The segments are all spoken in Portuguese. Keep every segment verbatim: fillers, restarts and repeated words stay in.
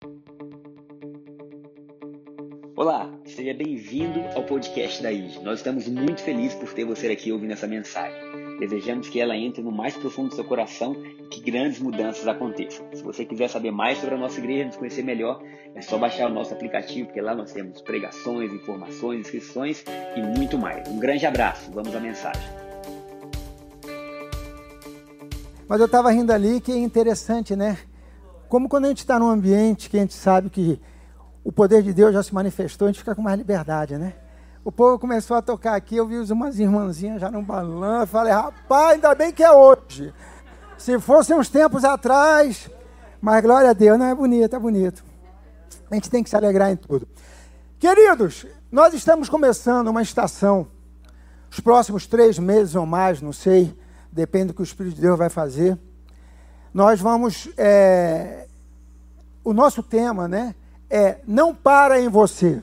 Olá, seja bem-vindo ao podcast da I G. Nós estamos muito felizes por ter você aqui ouvindo essa mensagem. Desejamos que ela entre no mais profundo do seu coração e que grandes mudanças aconteçam. Se você quiser saber mais sobre a nossa igreja, nos conhecer melhor, é só baixar o nosso aplicativo, porque lá nós temos pregações, informações, inscrições e muito mais. Um grande abraço, vamos à mensagem. Mas eu estava rindo ali, que é interessante, né? Como quando a gente está num ambiente que a gente sabe que o poder de Deus já se manifestou, a gente fica com mais liberdade, né? O povo começou a tocar aqui, eu vi umas irmãzinhas já no balanço, falei, rapaz, ainda bem que é hoje. Se fosse uns tempos atrás, mas glória a Deus, não é bonito, é bonito. A gente tem que se alegrar em tudo. Queridos, nós estamos começando uma estação, os próximos três meses ou mais, não sei, depende do que o Espírito de Deus vai fazer. Nós vamos, é, o nosso tema, né, é não para em você.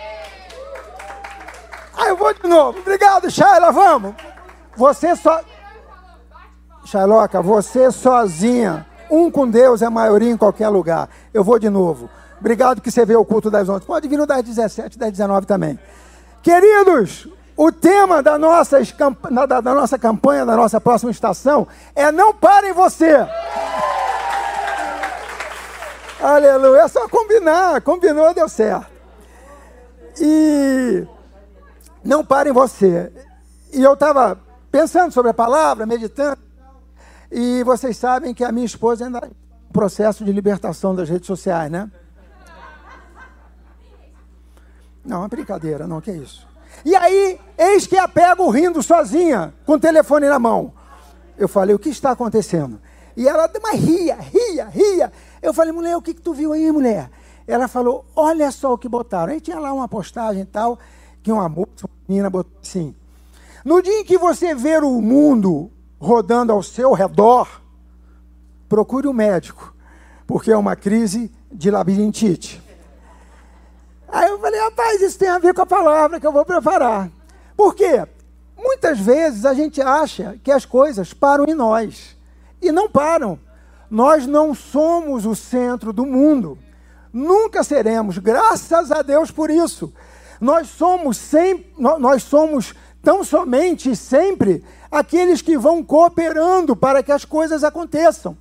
Ah, eu vou de novo. Obrigado, Shayla, vamos. Você só... Shayloca, você sozinha, um com Deus é maioria em qualquer lugar. Eu vou de novo. Obrigado que você veio ao culto das onze. Pode vir no das dezessete, das dezenove também. Queridos, o tema da nossa, da, da nossa campanha, da nossa próxima estação, é não para em você. Aleluia. É só combinar. Combinou, deu certo. E... não para em você. E eu estava pensando sobre a palavra, meditando, e vocês sabem que a minha esposa ainda está em processo de libertação das redes sociais, né? Não, é brincadeira, não, que é isso. E aí, eis que a pego rindo sozinha, com o telefone na mão. Eu falei, o que está acontecendo? E ela, mas ria, ria, ria. Eu falei, mulher, o que, que tu viu aí, mulher? Ela falou, olha só o que botaram. Aí tinha lá uma postagem e tal, que uma moça, uma menina botou assim, no dia em que você ver o mundo rodando ao seu redor, procure um médico, porque é uma crise de labirintite. Aí eu falei, rapaz, isso tem a ver com a palavra que eu vou preparar. Por quê? Muitas vezes a gente acha que as coisas param em nós, e não param. Nós não somos o centro do mundo, nunca seremos, graças a Deus por isso. Nós somos sempre, nós somos tão somente sempre aqueles que vão cooperando para que as coisas aconteçam.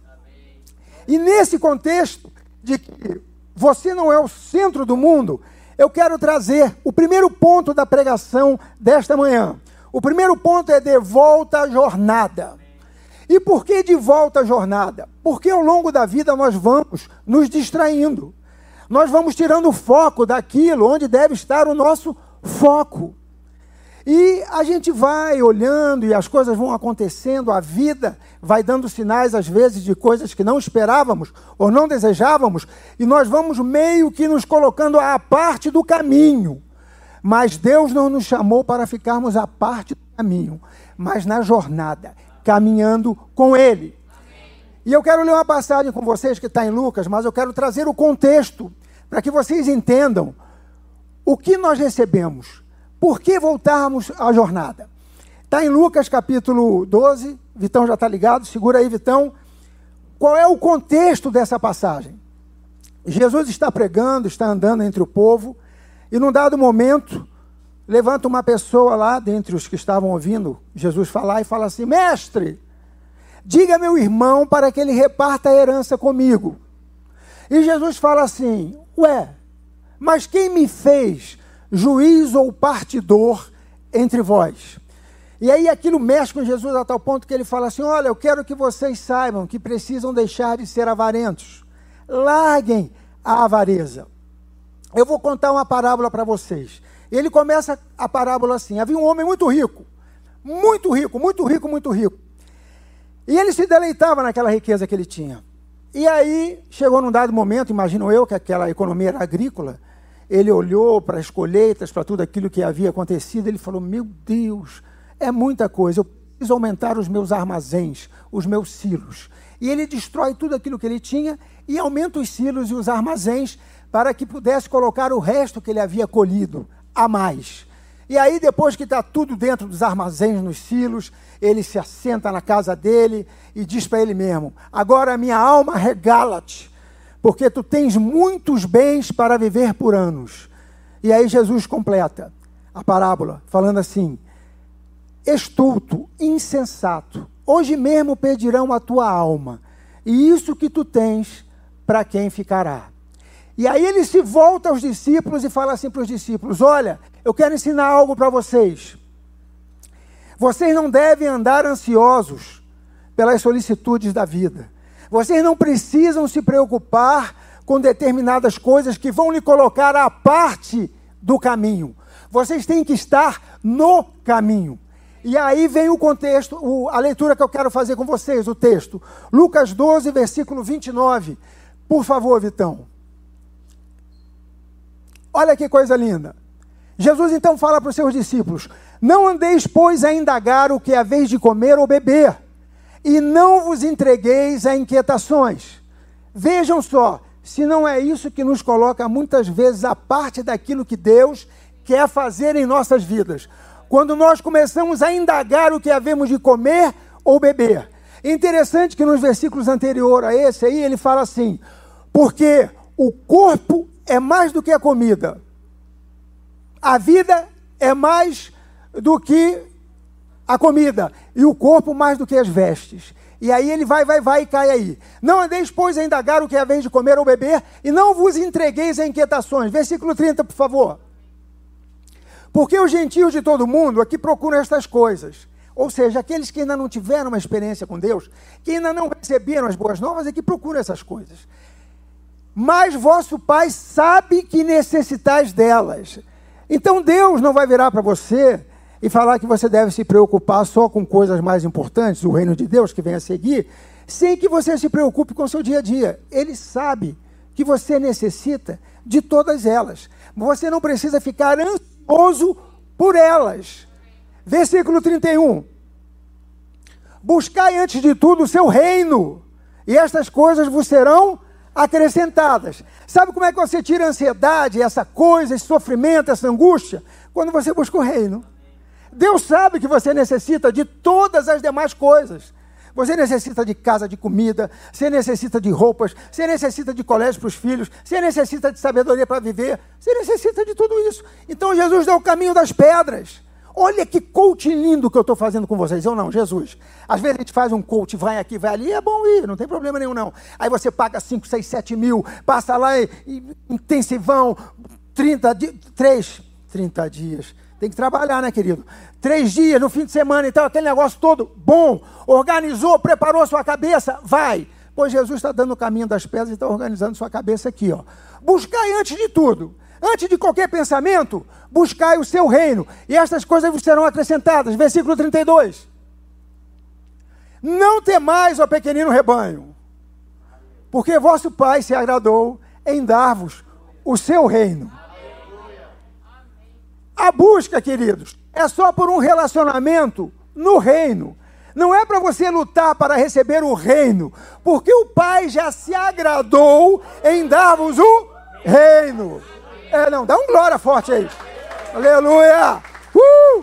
E nesse contexto de que você não é o centro do mundo, eu quero trazer o primeiro ponto da pregação desta manhã. O primeiro ponto é de volta à jornada. E por que de volta à jornada? Porque ao longo da vida nós vamos nos distraindo. Nós vamos tirando o foco daquilo onde deve estar o nosso foco. E a gente vai olhando e as coisas vão acontecendo, a vida vai dando sinais, às vezes, de coisas que não esperávamos ou não desejávamos, e nós vamos meio que nos colocando à parte do caminho. Mas Deus não nos chamou para ficarmos à parte do caminho, mas na jornada, caminhando com Ele. E eu quero ler uma passagem com vocês que está em Lucas, mas eu quero trazer o contexto para que vocês entendam o que nós recebemos. Por que voltarmos à jornada? Está em Lucas capítulo doze, Vitão já está ligado, segura aí, Vitão. Qual é o contexto dessa passagem? Jesus está pregando, está andando entre o povo, e num dado momento, levanta uma pessoa lá, dentre os que estavam ouvindo Jesus falar, e fala assim, mestre, diga meu irmão para que ele reparta a herança comigo. E Jesus fala assim, ué, mas quem me fez juiz ou partidor entre vós? E aí aquilo mexe com Jesus a tal ponto que ele fala assim, olha, eu quero que vocês saibam que precisam deixar de ser avarentos. Larguem a avareza. Eu vou contar uma parábola para vocês. Ele começa a parábola assim, havia um homem muito rico, muito rico, muito rico, muito rico. E ele se deleitava naquela riqueza que ele tinha. E aí, chegou num dado momento, imagino eu, que aquela economia era agrícola, ele olhou para as colheitas, para tudo aquilo que havia acontecido, ele falou, meu Deus, é muita coisa, eu preciso aumentar os meus armazéns, os meus silos. E ele destrói tudo aquilo que ele tinha e aumenta os silos e os armazéns para que pudesse colocar o resto que ele havia colhido a mais. E aí, depois que está tudo dentro dos armazéns, nos silos, ele se assenta na casa dele e diz para ele mesmo, agora minha alma regala-te, porque tu tens muitos bens para viver por anos. E aí Jesus completa a parábola, falando assim: estulto, insensato, hoje mesmo pedirão a tua alma, e isso que tu tens, para quem ficará? E aí ele se volta aos discípulos e fala assim para os discípulos: olha, eu quero ensinar algo para vocês. Vocês não devem andar ansiosos pelas solicitudes da vida. Vocês não precisam se preocupar com determinadas coisas que vão lhe colocar à parte do caminho. Vocês têm que estar no caminho. E aí vem o contexto, o, a leitura que eu quero fazer com vocês, o texto. Lucas doze, versículo vinte e nove. Por favor, Vitão. Olha que coisa linda. Jesus então fala para os seus discípulos: não andeis, pois, a indagar o que é a vez de comer ou beber, e não vos entregueis a inquietações. Vejam só, se não é isso que nos coloca muitas vezes à parte daquilo que Deus quer fazer em nossas vidas. Quando nós começamos a indagar o que havemos de comer ou beber. Interessante que nos versículos anteriores a esse aí, ele fala assim: porque o corpo é mais do que a comida. A vida é mais do que a comida. E o corpo mais do que as vestes. E aí ele vai, vai, vai e cai aí. Não andeis, pois, a indagar o que é a vez de comer ou beber, e não vos entregueis a inquietações. Versículo trinta, por favor. Porque os gentios de todo mundo aqui procuram estas coisas. Ou seja, aqueles que ainda não tiveram uma experiência com Deus, que ainda não receberam as boas novas, é que procuram essas coisas. Mas vosso Pai sabe que necessitais delas. Então Deus não vai virar para você e falar que você deve se preocupar só com coisas mais importantes, o reino de Deus que vem a seguir, sem que você se preocupe com o seu dia a dia. Ele sabe que você necessita de todas elas. Você não precisa ficar ansioso por elas. Versículo trinta e um. Buscai antes de tudo o seu reino, e estas coisas vos serão acrescentadas. Sabe como é que você tira a ansiedade, essa coisa, esse sofrimento, essa angústia? Quando você busca o reino. Deus sabe que você necessita de todas as demais coisas. Você necessita de casa, de comida, você necessita de roupas, você necessita de colégio para os filhos, você necessita de sabedoria para viver, você necessita de tudo isso. Então Jesus dá o caminho das pedras. Olha que coach lindo que eu estou fazendo com vocês. Eu não, Jesus. Às vezes a gente faz um coach, vai aqui, vai ali, é bom ir, não tem problema nenhum não. Aí você paga cinco, seis, sete mil, passa lá e, e intensivão, trinta, três, trinta dias. Tem que trabalhar, né, querido? Três dias no fim de semana e tal, aquele negócio todo bom. Organizou, preparou sua cabeça, vai. Pois Jesus está dando o caminho das pedras e está organizando sua cabeça aqui, ó. Buscai antes de tudo. Antes de qualquer pensamento, buscai o seu reino, e estas coisas vos serão acrescentadas. Versículo trinta e dois. Não temais, ó pequenino rebanho, porque vosso Pai se agradou em dar-vos o seu reino. A busca, queridos, é só por um relacionamento no reino. Não é para você lutar para receber o reino, porque o Pai já se agradou em dar-vos o reino. É, não, dá um glória forte aí. Aleluia! Uh!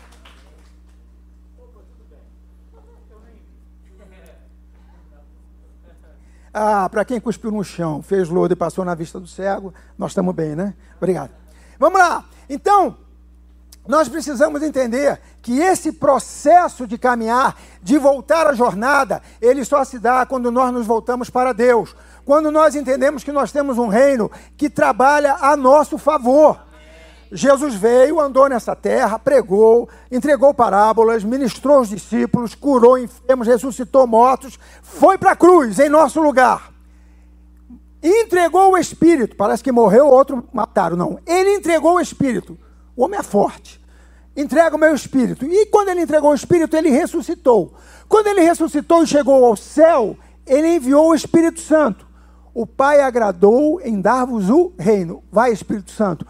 Ah, para quem cuspiu no chão, fez lodo e passou na vista do cego, nós estamos bem, né? Obrigado. Vamos lá. Então, nós precisamos entender que esse processo de caminhar, de voltar à jornada, ele só se dá quando nós nos voltamos para Deus. Quando nós entendemos que nós temos um reino que trabalha a nosso favor. Jesus veio, andou nessa terra, pregou, entregou parábolas, ministrou aos discípulos, curou enfermos, ressuscitou mortos, foi para a cruz em nosso lugar. Entregou o Espírito, parece que morreu, outro mataram, não. Ele entregou o Espírito. O homem é forte. Entrega o meu Espírito. E quando ele entregou o Espírito, ele ressuscitou. Quando ele ressuscitou e chegou ao céu, ele enviou o Espírito Santo. O Pai agradou em dar-vos o reino. Vai, Espírito Santo.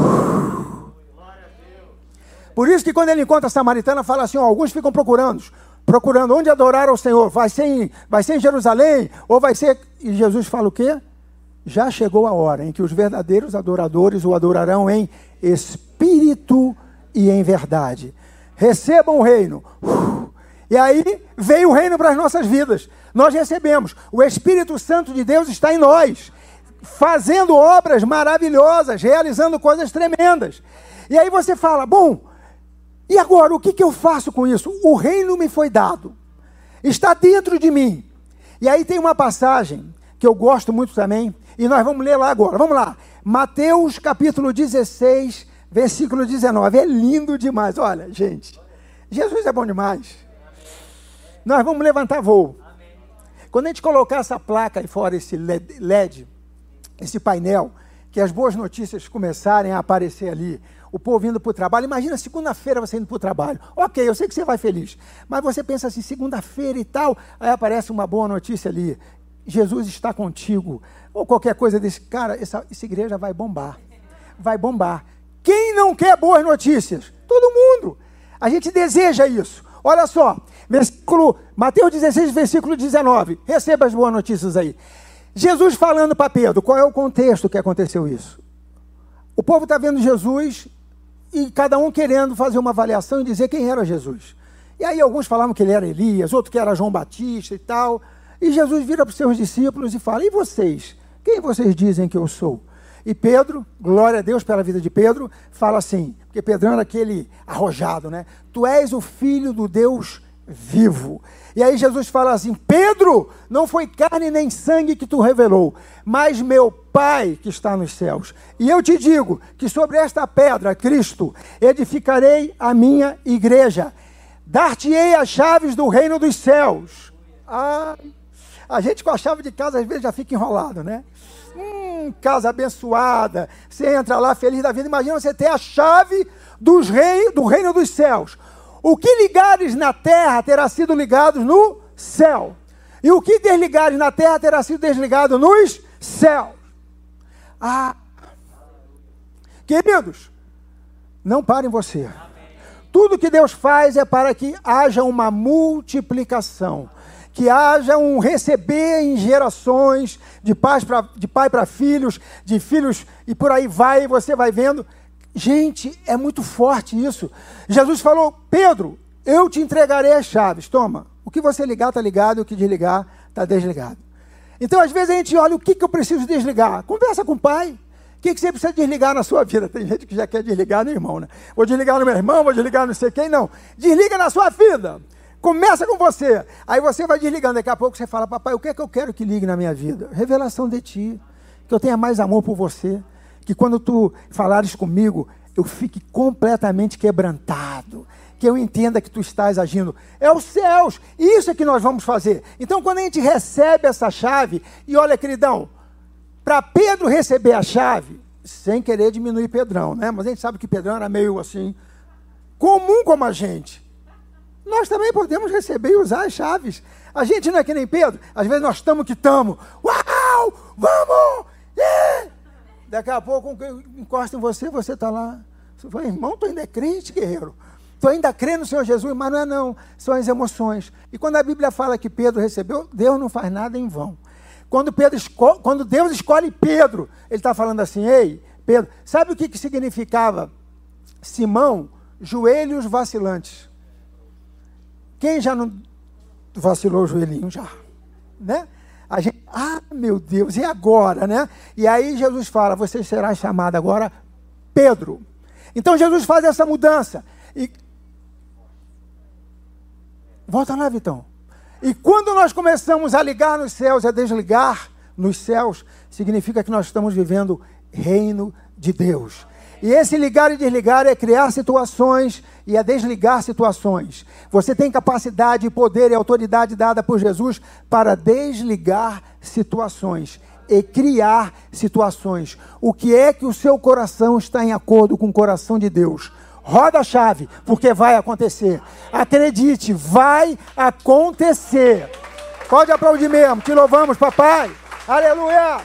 Por isso que quando ele encontra a samaritana, fala assim, ó, alguns ficam procurando, procurando onde adorar ao Senhor. Vai ser, em, vai ser em Jerusalém, ou vai ser... E Jesus fala o quê? Já chegou a hora em que os verdadeiros adoradores o adorarão em espírito e em verdade. Recebam o reino. E aí veio o reino para as nossas vidas. Nós recebemos. O Espírito Santo de Deus está em nós, fazendo obras maravilhosas, realizando coisas tremendas. E aí você fala, bom, e agora o que, que eu faço com isso? O reino me foi dado, está dentro de mim. E aí tem uma passagem que eu gosto muito também, e nós vamos ler lá agora. Vamos lá. Mateus capítulo dezesseis, versículo dezenove. É lindo demais. Olha, gente, Jesus é bom demais. Nós vamos levantar voo. Quando a gente colocar essa placa aí fora, esse L E D, esse painel, que as boas notícias começarem a aparecer ali, o povo indo para o trabalho, imagina segunda-feira você indo para o trabalho. Ok, eu sei que você vai feliz, mas você pensa assim, segunda-feira e tal, aí aparece uma boa notícia ali, Jesus está contigo, ou qualquer coisa desse, cara, essa, essa igreja vai bombar, vai bombar. Quem não quer boas notícias? Todo mundo. A gente deseja isso. Olha só, versículo, Mateus dezesseis, versículo dezenove, receba as boas notícias aí. Jesus falando para Pedro, qual é o contexto que aconteceu isso? O povo está vendo Jesus e cada um querendo fazer uma avaliação e dizer quem era Jesus. E aí alguns falavam que ele era Elias, outros que era João Batista e tal. E Jesus vira para os seus discípulos e fala, e vocês? Quem vocês dizem que eu sou? E Pedro, glória a Deus pela vida de Pedro, fala assim, porque Pedro era aquele arrojado, né? Tu és o filho do Deus vivo. E aí Jesus fala assim, Pedro, não foi carne nem sangue que tu revelou, mas meu Pai que está nos céus. E eu te digo que sobre esta pedra, Cristo, edificarei a minha igreja. Dar-te-ei as chaves do reino dos céus. Ah, a gente com a chave de casa às vezes já fica enrolado, né? Hum, casa abençoada, você entra lá feliz da vida, imagina você ter a chave dos rei, do reino dos céus. O que ligares na terra terá sido ligado no céu, e o que desligares na terra terá sido desligado nos céus. Ah, queridos, não parem você. Tudo que Deus faz é para que haja uma multiplicação, que haja um receber em gerações, de, pais pra, de pai para filhos, de filhos, e por aí vai, você vai vendo. Gente, é muito forte isso. Jesus falou, Pedro, eu te entregarei as chaves, toma, o que você ligar está ligado, o que desligar está desligado. Então, às vezes a gente olha, o que, que eu preciso desligar? Conversa com o pai. O que, que você precisa desligar na sua vida? Tem gente que já quer desligar no irmão, né? Vou desligar no meu irmão, vou desligar não sei quem, não. Desliga na sua vida. Começa com você. Aí você vai desligando. Daqui a pouco você fala, papai, o que é que eu quero que ligue na minha vida? Revelação de ti. Que eu tenha mais amor por você. Que quando tu falares comigo, eu fique completamente quebrantado. Que eu entenda que tu estás agindo. É os céus. Isso é que nós vamos fazer. Então, quando a gente recebe essa chave, e olha, queridão, para Pedro receber a chave, sem querer diminuir Pedrão, né? Mas a gente sabe que Pedrão era meio assim, comum como a gente. Nós também podemos receber e usar as chaves. A gente não é que nem Pedro. Às vezes nós estamos que estamos. Uau! Vamos! Yeah! Daqui a pouco encosta em você, você está lá. Você fala, irmão, tu ainda é crente, guerreiro. Tu ainda crê no Senhor Jesus, mas não é não. São as emoções. E quando a Bíblia fala que Pedro recebeu, Deus não faz nada em vão. Quando, Pedro esco... quando Deus escolhe Pedro, ele está falando assim, ei, Pedro, sabe o que, que significava Simão? Joelhos vacilantes. Quem já não vacilou o joelhinho? Já, né? A gente, ah, meu Deus, e agora, né? E aí Jesus fala, você será chamado agora Pedro. Então Jesus faz essa mudança. E volta lá, Vitão. E quando nós começamos a ligar nos céus, a desligar nos céus, significa que nós estamos vivendo reino de Deus. E esse ligar e desligar é criar situações e é desligar situações. Você tem capacidade, poder e autoridade dada por Jesus para desligar situações e criar situações. O que é que o seu coração está em acordo com o coração de Deus? Roda a chave, porque vai acontecer. Acredite, vai acontecer. Pode aplaudir mesmo. Te louvamos, papai. Aleluia.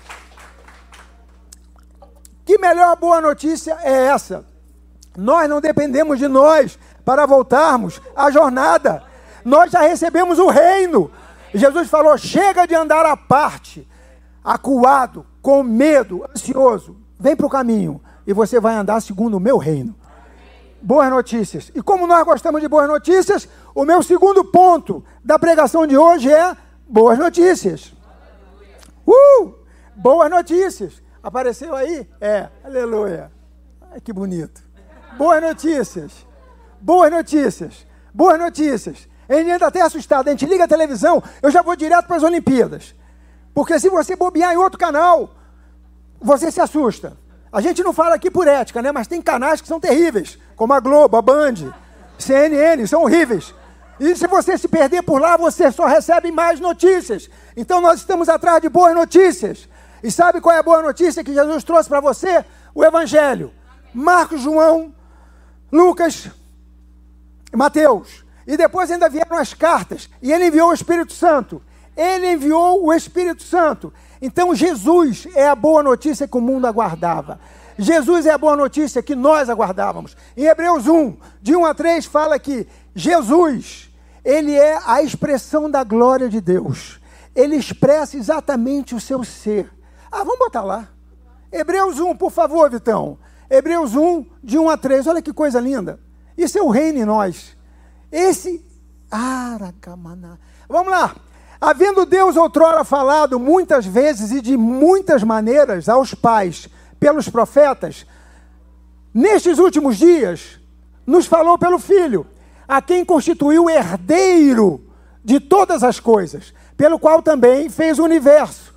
Que melhor boa notícia é essa? Nós não dependemos de nós para voltarmos à jornada. Nós já recebemos o reino. Jesus falou, chega de andar à parte, acuado, com medo, ansioso. Vem para o caminho e você vai andar segundo o meu reino. Boas notícias. E como nós gostamos de boas notícias, O meu segundo ponto da pregação de hoje é boas notícias. Uh! Boas notícias. Apareceu aí? É, aleluia. Ai, que bonito. Boas notícias. Boas notícias. Boas notícias. A gente anda até assustado. A gente liga a televisão, eu já vou direto para as Olimpíadas. Porque se você bobear em outro canal, você se assusta. A gente não fala aqui por ética, né? Mas tem canais que são terríveis, como a Globo, a Band, C N N, são horríveis. E se você se perder por lá, você só recebe mais notícias. Então nós estamos atrás de boas notícias. E sabe qual é a boa notícia que Jesus trouxe para você? O Evangelho. Marcos, João, Lucas, Mateus. E depois ainda vieram as cartas. E ele enviou o Espírito Santo. Ele enviou o Espírito Santo. Então Jesus é a boa notícia que o mundo aguardava. Jesus é a boa notícia que nós aguardávamos. Em Hebreus um, de um a três, fala que Jesus, ele é a expressão da glória de Deus. Ele expressa exatamente o seu ser. Ah, vamos botar lá. Hebreus um, por favor, Vitão. Hebreus um, de um a três. Olha que coisa linda. Isso é o reino em nós. Esse... Aracamaná. Vamos lá. Havendo Deus outrora falado muitas vezes e de muitas maneiras aos pais pelos profetas, nestes últimos dias nos falou pelo Filho, a quem constituiu herdeiro de todas as coisas, pelo qual também fez o universo.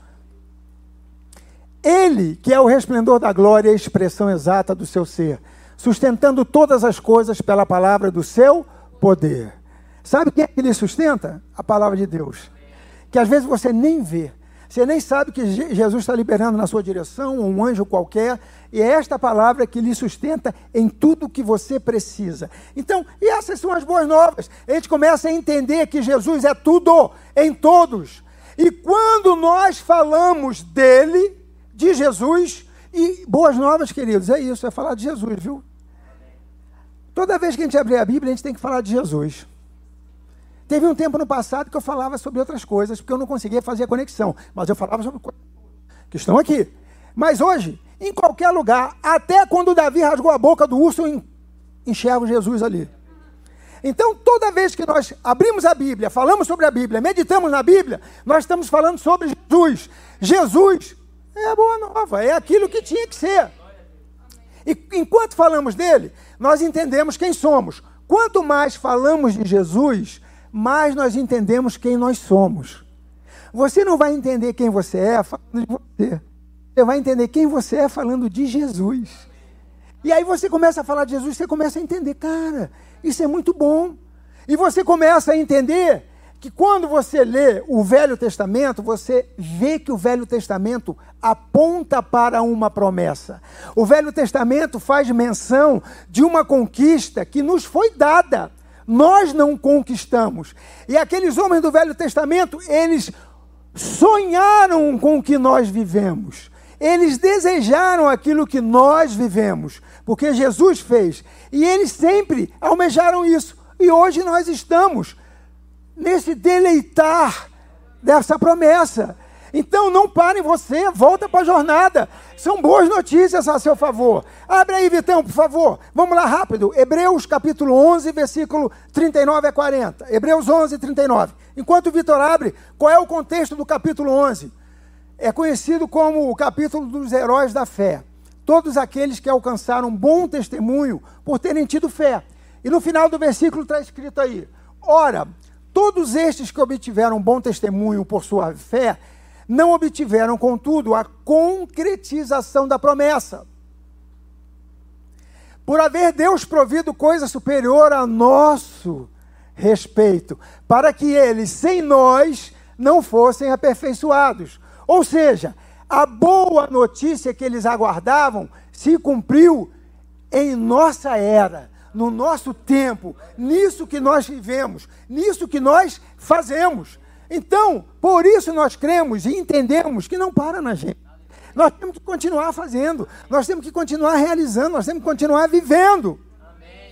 Ele, que é o resplendor da glória e a expressão exata do seu ser, sustentando todas as coisas pela palavra do seu poder. Sabe quem é que lhe sustenta? A palavra de Deus. Que às vezes você nem vê. Você nem sabe que Jesus está liberando na sua direção, um anjo qualquer, e é esta palavra que lhe sustenta em tudo que você precisa. Então, e essas são as boas novas. A gente começa a entender que Jesus é tudo, em todos. E quando nós falamos dele, de Jesus, e boas novas, queridos, é isso, é falar de Jesus, viu? Toda vez que a gente abrir a Bíblia, a gente tem que falar de Jesus. Teve um tempo no passado que eu falava sobre outras coisas, porque eu não conseguia fazer a conexão. Mas eu falava sobre coisas que estão aqui. Mas hoje, em qualquer lugar, até quando Davi rasgou a boca do urso, eu enxergo Jesus ali. Então, toda vez que nós abrimos a Bíblia, falamos sobre a Bíblia, meditamos na Bíblia, nós estamos falando sobre Jesus. Jesus é a boa nova, é aquilo que tinha que ser. E enquanto falamos dele, nós entendemos quem somos. Quanto mais falamos de Jesus, mais nós entendemos quem nós somos. Você não vai entender quem você é falando de você. Você vai entender quem você é falando de Jesus. E aí você começa a falar de Jesus, você começa a entender, cara, isso é muito bom. E você começa a entender que quando você lê o Velho Testamento, você vê que o Velho Testamento aponta para uma promessa. O Velho Testamento faz menção de uma conquista que nos foi dada. Nós não conquistamos. E aqueles homens do Velho Testamento, eles sonharam com o que nós vivemos. Eles desejaram aquilo que nós vivemos, porque Jesus fez. E eles sempre almejaram isso. E hoje nós estamos nesse deleitar dessa promessa. Então não pare você, volta para a jornada. São boas notícias a seu favor. Abre aí, Vitão, por favor. Vamos lá rápido. Hebreus capítulo onze, versículo trinta e nove a quarenta. Hebreus onze, trinta e nove. Enquanto o Vitor abre, qual é o contexto do capítulo onze? É conhecido como o capítulo dos heróis da fé. Todos aqueles que alcançaram bom testemunho por terem tido fé. E no final do versículo está escrito aí: ora, todos estes que obtiveram bom testemunho por sua fé, não obtiveram, contudo, a concretização da promessa. Por haver Deus provido coisa superior a nosso respeito, para que eles, sem nós, não fossem aperfeiçoados. Ou seja, a boa notícia que eles aguardavam se cumpriu em nossa era, no nosso tempo, nisso que nós vivemos, nisso que nós fazemos. Então, por isso nós cremos e entendemos que não para na gente. Nós temos que continuar fazendo, nós temos que continuar realizando, nós temos que continuar vivendo. Amém.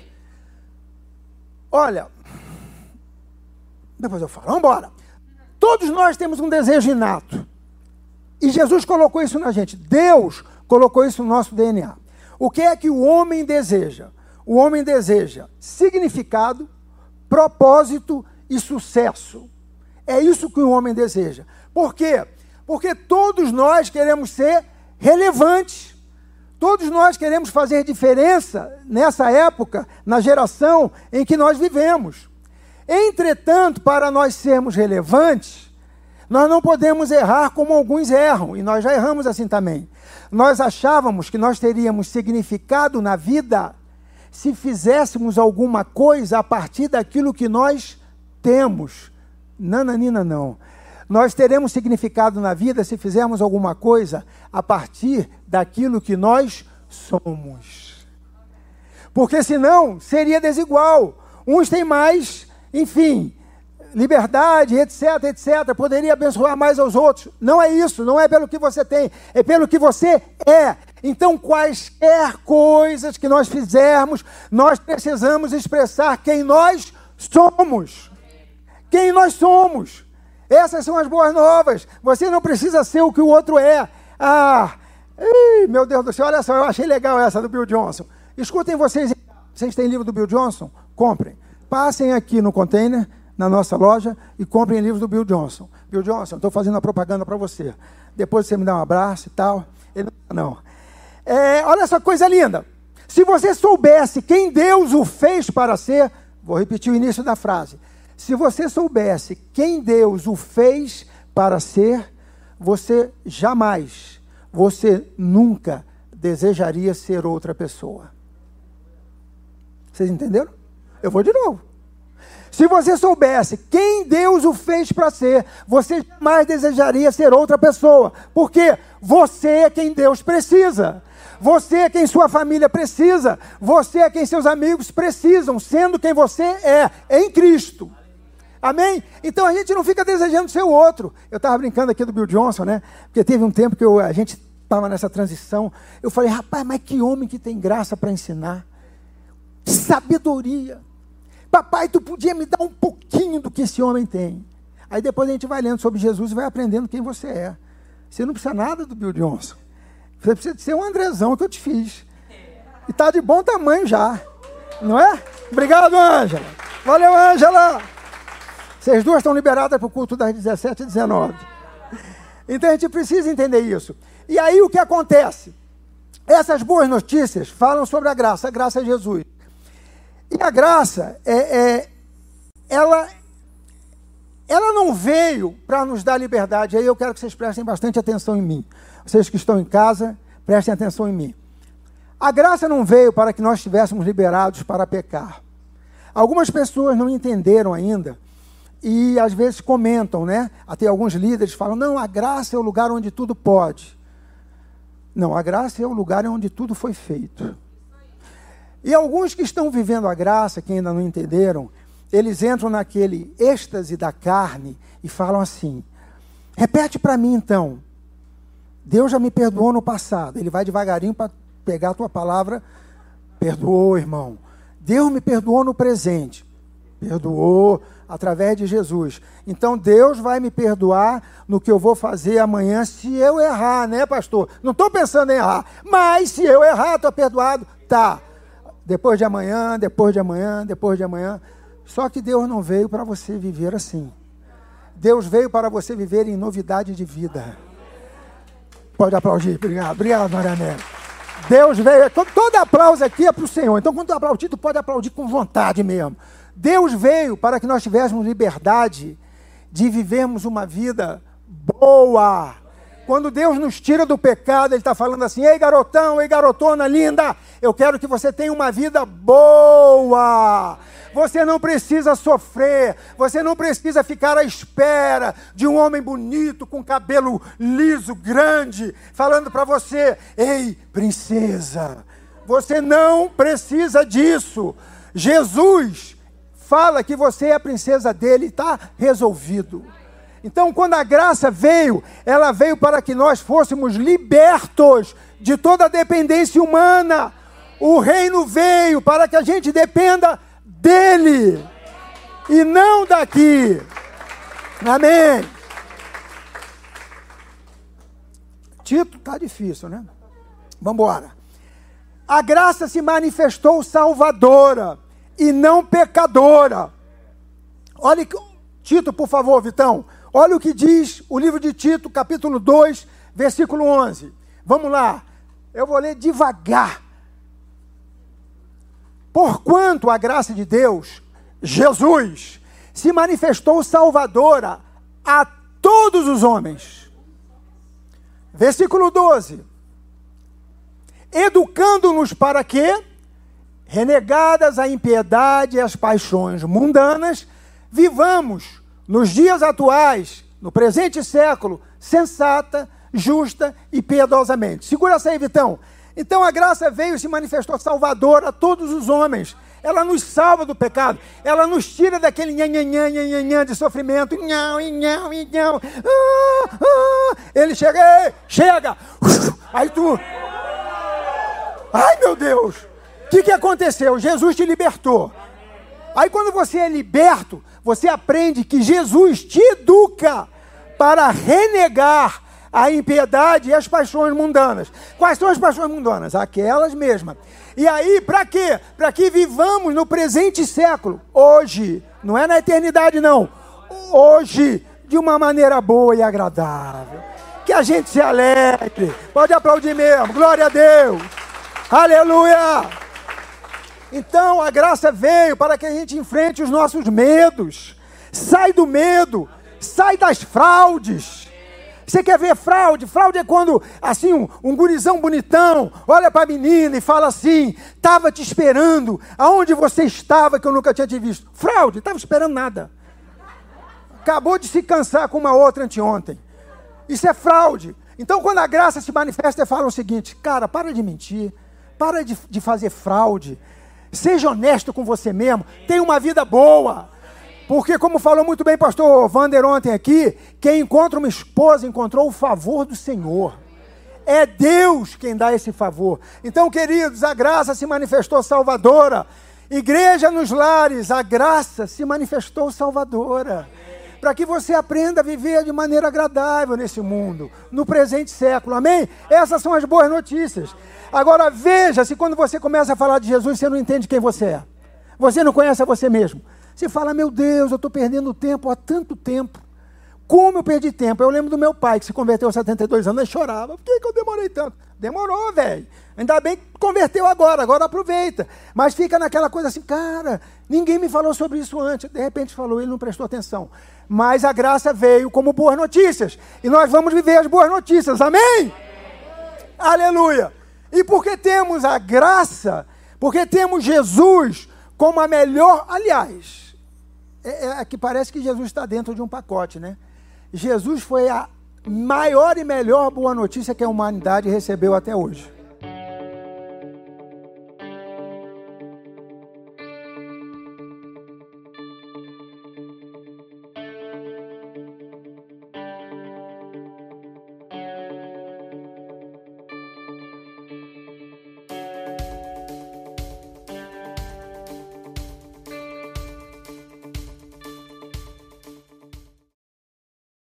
Olha, depois eu falo, vamos embora. Todos nós temos um desejo inato. E Jesus colocou isso na gente. Deus colocou isso no nosso D N A. O que é que o homem deseja? O homem deseja significado, propósito e sucesso. É isso que o homem deseja. Por quê? Porque todos nós queremos ser relevantes. Todos nós queremos fazer diferença nessa época, na geração em que nós vivemos. Entretanto, para nós sermos relevantes, nós não podemos errar como alguns erram, e nós já erramos assim também. Nós achávamos que nós teríamos significado na vida se fizéssemos alguma coisa a partir daquilo que nós temos. Nananina, não. Nós teremos significado na vida se fizermos alguma coisa a partir daquilo que nós somos. Porque senão seria desigual. Uns têm mais, enfim, liberdade, etc, etcétera. Poderia abençoar mais aos outros. Não é isso, não é pelo que você tem, é pelo que você é. Então, quaisquer coisas que nós fizermos, nós precisamos expressar quem nós somos. Quem nós somos. Essas são as boas novas. Você não precisa ser o que o outro é. Ah, ih, meu Deus do céu, olha só, eu achei legal essa do Bill Johnson. Escutem vocês, vocês têm livro do Bill Johnson? Comprem. Passem aqui no container, na nossa loja, e comprem livros do Bill Johnson. Bill Johnson, estou fazendo a propaganda para você. Depois você me dá um abraço e tal. Ele não. É, olha essa coisa linda. Se você soubesse quem Deus o fez para ser, vou repetir o início da frase. Se você soubesse quem Deus o fez para ser, você jamais, você nunca desejaria ser outra pessoa. Vocês entenderam? Eu vou de novo. Se você soubesse quem Deus o fez para ser, você jamais desejaria ser outra pessoa. Porque você é quem Deus precisa. Você é quem sua família precisa. Você é quem seus amigos precisam, sendo quem você é, em Cristo. Amém? Então a gente não fica desejando ser o outro. Eu estava brincando aqui do Bill Johnson, né? Porque teve um tempo que eu, a gente estava nessa transição. Eu falei, rapaz, mas que homem que tem graça para ensinar. Sabedoria. Papai, tu podia me dar um pouquinho do que esse homem tem. Aí depois a gente vai lendo sobre Jesus e vai aprendendo quem você é. Você não precisa nada do Bill Johnson. Você precisa de ser um Andrezão que eu te fiz. E está de bom tamanho já. Não é? Obrigado, Ângela. Valeu, Ângela. Vocês duas estão liberadas para o culto das dezessete e dezenove. Então a gente precisa entender isso. E aí o que acontece? Essas boas notícias falam sobre a graça. A graça é Jesus. E a graça, é, é, ela, ela não veio para nos dar liberdade. Aí eu quero que vocês prestem bastante atenção em mim. Vocês que estão em casa, prestem atenção em mim. A graça não veio para que nós estivéssemos liberados para pecar. Algumas pessoas não entenderam ainda. E às vezes comentam, né? Até alguns líderes falam, não, a graça é o lugar onde tudo pode. Não, a graça é o lugar onde tudo foi feito. E alguns que estão vivendo a graça, que ainda não entenderam, eles entram naquele êxtase da carne e falam assim, repete para mim então, Deus já me perdoou no passado. Ele vai devagarinho para pegar a tua palavra, perdoou, irmão. Deus me perdoou no presente, perdoou através de Jesus. Então Deus vai me perdoar no que eu vou fazer amanhã se eu errar, né, pastor? Não estou pensando em errar, mas se eu errar, estou perdoado. Tá, depois de amanhã, depois de amanhã, depois de amanhã. Só que Deus não veio para você viver assim. Deus veio para você viver em novidade de vida. Pode aplaudir, obrigado, obrigado, Marianela. Deus veio, todo aplauso aqui é para o Senhor. Então quando tu aplaudir, tu pode aplaudir com vontade mesmo. Deus veio para que nós tivéssemos liberdade de vivermos uma vida boa. Quando Deus nos tira do pecado, Ele está falando assim, ei garotão, ei garotona linda, eu quero que você tenha uma vida boa. Você não precisa sofrer, você não precisa ficar à espera de um homem bonito, com cabelo liso, grande, falando para você, ei princesa, você não precisa disso. Jesus fala que você é a princesa dele, está resolvido. Então, quando a graça veio, ela veio para que nós fôssemos libertos de toda a dependência humana. O reino veio para que a gente dependa dele e não daqui. Amém. Tito, está difícil, né? Vamos embora. A graça se manifestou salvadora e não pecadora. Olha, Tito, por favor, Vitão. Olha o que diz o livro de Tito, capítulo dois, versículo onze. Vamos lá. Eu vou ler devagar. Porquanto a graça de Deus, Jesus, se manifestou salvadora a todos os homens. Versículo doze. Educando-nos para que, renegadas a impiedade e as paixões mundanas, vivamos nos dias atuais, no presente século, sensata, justa e piedosamente. Segura essa aí, Vitão. Então a graça veio e se manifestou salvadora a todos os homens. Ela nos salva do pecado. Ela nos tira daquele nhanhanhã, nhanhanhã de sofrimento. Nhão, nhão, nhão. Ah, ah. Ele chega, ei, chega. Aí tu... Ai, meu Deus. O que, que aconteceu? Jesus te libertou. Aí quando você é liberto, você aprende que Jesus te educa para renegar a impiedade e as paixões mundanas. Quais são as paixões mundanas? Aquelas mesmas. E aí, para quê? Para que vivamos no presente século, hoje, não é na eternidade não, hoje, de uma maneira boa e agradável. Que a gente se alegre. Pode aplaudir mesmo, glória a Deus. Aleluia! Então a graça veio para que a gente enfrente os nossos medos. Sai do medo, sai das fraudes. Você quer ver fraude? Fraude é quando, assim, um, um gurizão bonitão olha para a menina e fala assim: estava te esperando, aonde você estava que eu nunca tinha te visto? Fraude, estava esperando nada. Acabou de se cansar com uma outra anteontem. Isso é fraude. Então quando a graça se manifesta, ele fala o seguinte: cara, para de mentir, para de, de fazer fraude, seja honesto com você mesmo, tenha uma vida boa. Porque, como falou muito bem o pastor Wander ontem aqui, quem encontra uma esposa encontrou o favor do Senhor. É Deus quem dá esse favor. Então, queridos, a graça se manifestou salvadora. Igreja nos lares, a graça se manifestou salvadora. Para que você aprenda a viver de maneira agradável nesse mundo, no presente século, amém? Essas são as boas notícias. Agora veja, se quando você começa a falar de Jesus, você não entende quem você é. Você não conhece a você mesmo. Você fala: meu Deus, eu estou perdendo tempo há tanto tempo. Como eu perdi tempo? Eu lembro do meu pai, que se converteu aos setenta e dois anos, e chorava. Por que, que eu demorei tanto? Demorou, velho. Ainda bem que converteu agora, agora aproveita. Mas fica naquela coisa assim: cara, ninguém me falou sobre isso antes. De repente falou, ele não prestou atenção. Mas a graça veio como boas notícias. E nós vamos viver as boas notícias, amém? Amém. Aleluia. E porque temos a graça, porque temos Jesus como a melhor, aliás, é, é que parece que Jesus está dentro de um pacote, né? Jesus foi a maior e melhor boa notícia que a humanidade recebeu até hoje.